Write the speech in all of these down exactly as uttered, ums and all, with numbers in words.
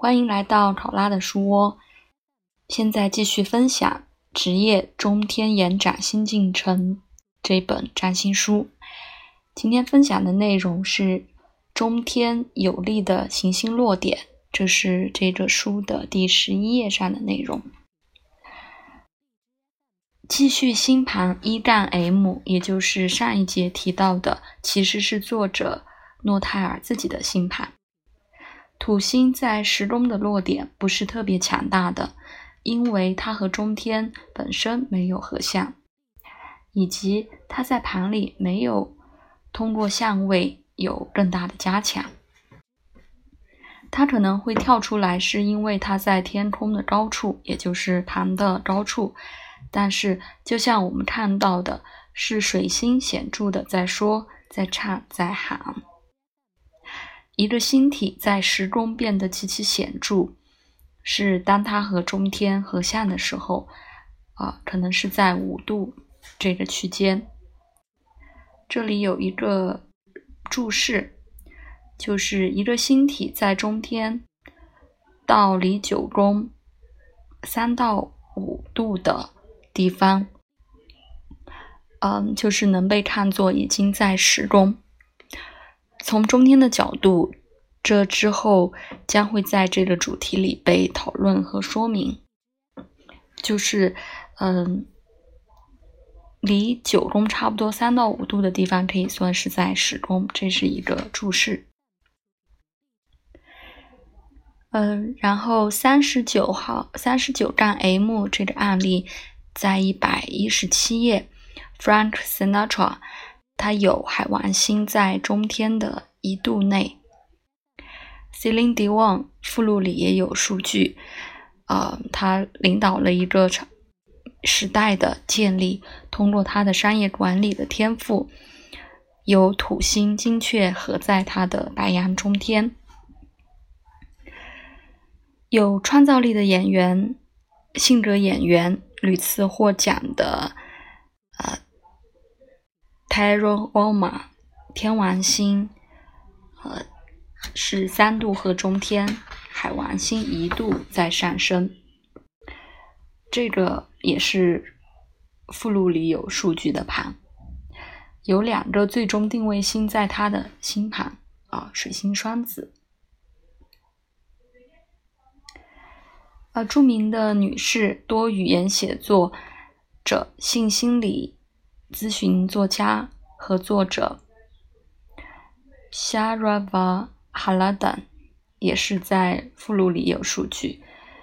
欢迎来到考拉的书窝。现在继续分享《职业中天延展新进程》这本占星书。今天分享的内容是中天有利的行星落点，这是这个书的第十一页上的内容。继续星盘一杠 M， 也就是上一节提到的，其实是作者诺泰尔自己的星盘。土星在时宫的落点不是特别强大的，因为它和中天本身没有合相，以及它在盘里没有通过相位有更大的加强。它可能会跳出来是因为它在天空的高处，也就是盘的高处，但是就像我们看到的，是水星显著的在说，在唱，在喊。一个星体在时宫变得极其显著，是当它和中天合相的时候，呃，可能是在五度这个区间。这里有一个注释，就是一个星体在中天到离九宫三到五度的地方，嗯，就是能被看作已经在时宫。从中天的角度，这之后将会在这个主题里被讨论和说明。就是嗯，离九宫差不多三到五度的地方可以算是在时宫，这是一个注释。嗯，然后三十九号三十九杠 M 这个案例在一百一十七页 Frank Sinatra 他有海王星在中天的一度内。 Celine Dion 附录里也有数据，呃，他领导了一个时代的建立，通过他的商业管理的天赋，有土星精确合在他的白羊中天。有创造力的演员，性格演员，屡次获奖的呃 Tyrone Oma 天王星呃是三度和中天，海王星一度在上升，这个也是附录里有数据的盘。有两个最终定位星在它的星盘啊，水星双子。呃，著名的女士，多语言写作者、性心理咨询作家和作者 Sharava Haladan 也是在附录里有数据。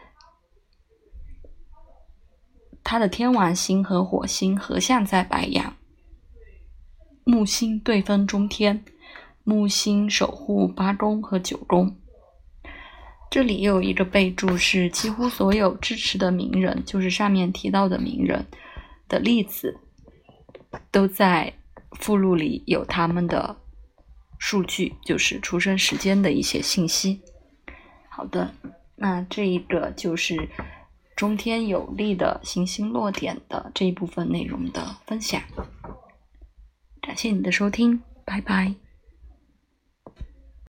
她的天王星和火星合相在白羊，木星对分中天，木星守护八宫和九宫。这里有一个备注，是几乎所有支持的名人，就是上面提到的名人的例子，都在附录里有他们的数据，就是出生时间的一些信息。好的，那这一个就是中天有利的行星落点的这一部分内容的分享。感谢你的收听，拜拜。